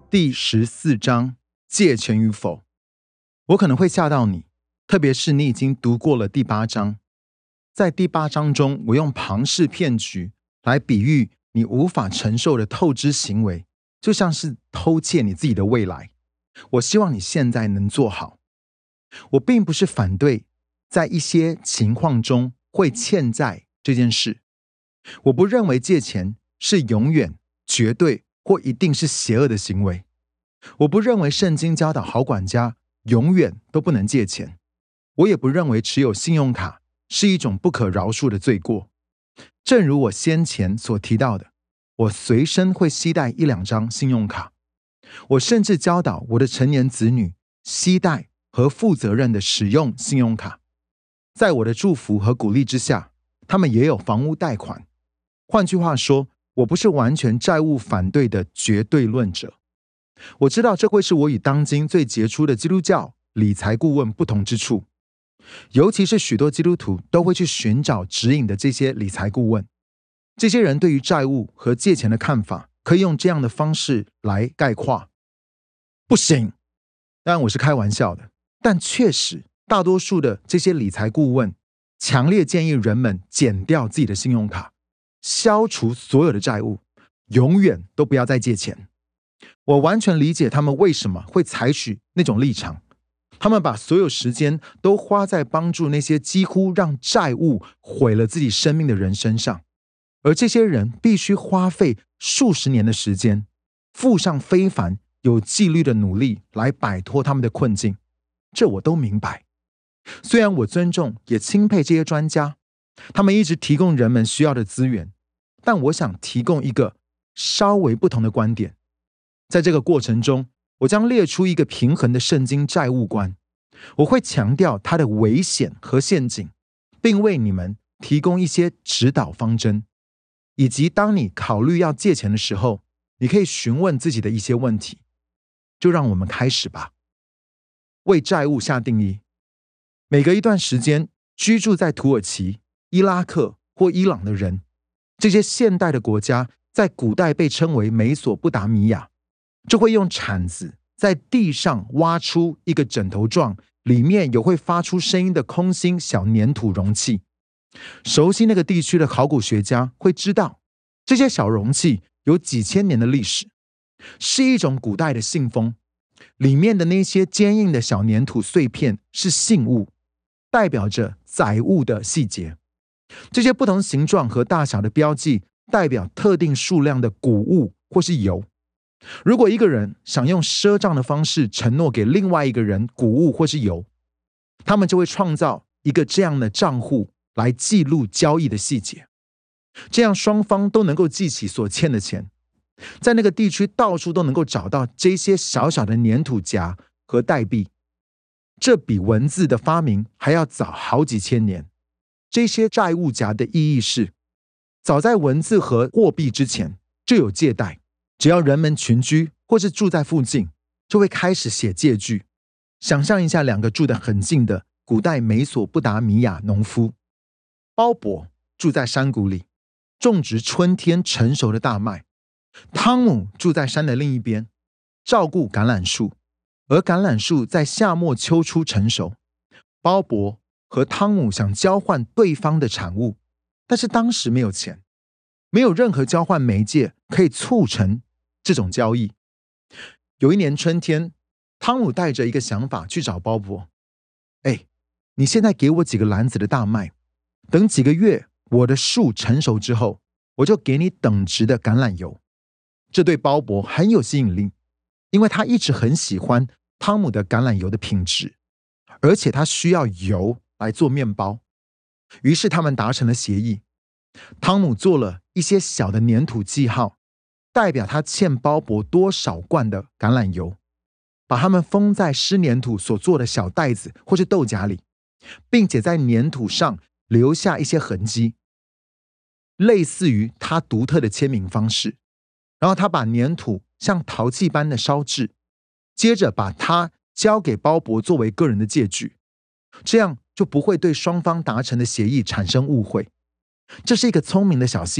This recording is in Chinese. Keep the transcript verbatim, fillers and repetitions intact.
第十四章借钱与否。我可能会吓到你，特别是你已经读过了第八章。在第八章中，我用庞氏骗局来比喻你无法承受的透支行为，就像是偷窃你自己的未来。我希望你现在能做好。我并不是反对在一些情况中会欠债这件事，我不认为借钱是永远、绝对或一定是邪恶的行为。我不认为圣经教导好管家永远都不能借钱，我也不认为持有信用卡是一种不可饶恕的罪过。正如我先前所提到的，我随身会携带一两张信用卡，我甚至教导我的成年子女携带和负责任的使用信用卡。在我的祝福和鼓励之下，他们也有房屋贷款。换句话说，我不是完全债务反对的绝对论者。我知道这会是我与当今最杰出的基督教理财顾问不同之处，尤其是许多基督徒都会去寻找指引的这些理财顾问。这些人对于债务和借钱的看法，可以用这样的方式来概括：不行。当然我是开玩笑的，但确实大多数的这些理财顾问强烈建议人们减掉自己的信用卡，消除所有的债务，永远都不要再借钱。我完全理解他们为什么会采取那种立场。他们把所有时间都花在帮助那些几乎让债务毁了自己生命的人身上，而这些人必须花费数十年的时间，付上非凡有纪律的努力来摆脱他们的困境。这我都明白。虽然我尊重也钦佩这些专家，他们一直提供人们需要的资源，但我想提供一个稍微不同的观点。在这个过程中，我将列出一个平衡的圣经债务观，我会强调它的危险和陷阱，并为你们提供一些指导方针，以及当你考虑要借钱的时候，你可以询问自己的一些问题。就让我们开始吧。为债务下定义。每隔一段时间，居住在土耳其、伊拉克或伊朗的人，这些现代的国家在古代被称为美索不达米亚，就会用铲子在地上挖出一个枕头状，里面有会发出声音的空心小粘土容器。熟悉那个地区的考古学家会知道，这些小容器有几千年的历史，是一种古代的信封，里面的那些坚硬的小粘土碎片是信物，代表着载物的细节。这些不同形状和大小的标记代表特定数量的谷物或是油。如果一个人想用赊账的方式承诺给另外一个人谷物或是油，他们就会创造一个这样的账户来记录交易的细节，这样双方都能够记起所欠的钱。在那个地区到处都能够找到这些小小的粘土夹和代币，这比文字的发明还要早好几千年。这些债务夹的意义是，早在文字和货币之前就有借贷，只要人们群居或是住在附近，就会开始写借据。想象一下两个住得很近的古代美索不达米亚农夫，鲍勃住在山谷里，种植春天成熟的大麦。汤姆住在山的另一边，照顾橄榄树，而橄榄树在夏末秋初成熟。鲍勃和汤姆想交换对方的产物，但是当时没有钱，没有任何交换媒介可以促成这种交易。有一年春天，汤姆带着一个想法去找鲍勃：哎，你现在给我几个篮子的大麦，等几个月我的树成熟之后，我就给你等值的橄榄油。这对鲍勃很有吸引力，因为他一直很喜欢汤姆的橄榄油的品质，而且他需要油来做面包。于是他们达成了协议。汤姆做了一些小的粘土记号，代表他欠鲍勃多少罐的橄榄油，把它们封在湿粘土所做的小袋子或是豆荚里，并且在粘土上留下一些痕迹，类似于他独特的签名方式。然后他把粘土像陶器般的烧制，接着把它交给鲍勃作为个人的借据，这样就不会对双方达成的协议产生误会。这是一个聪明的小细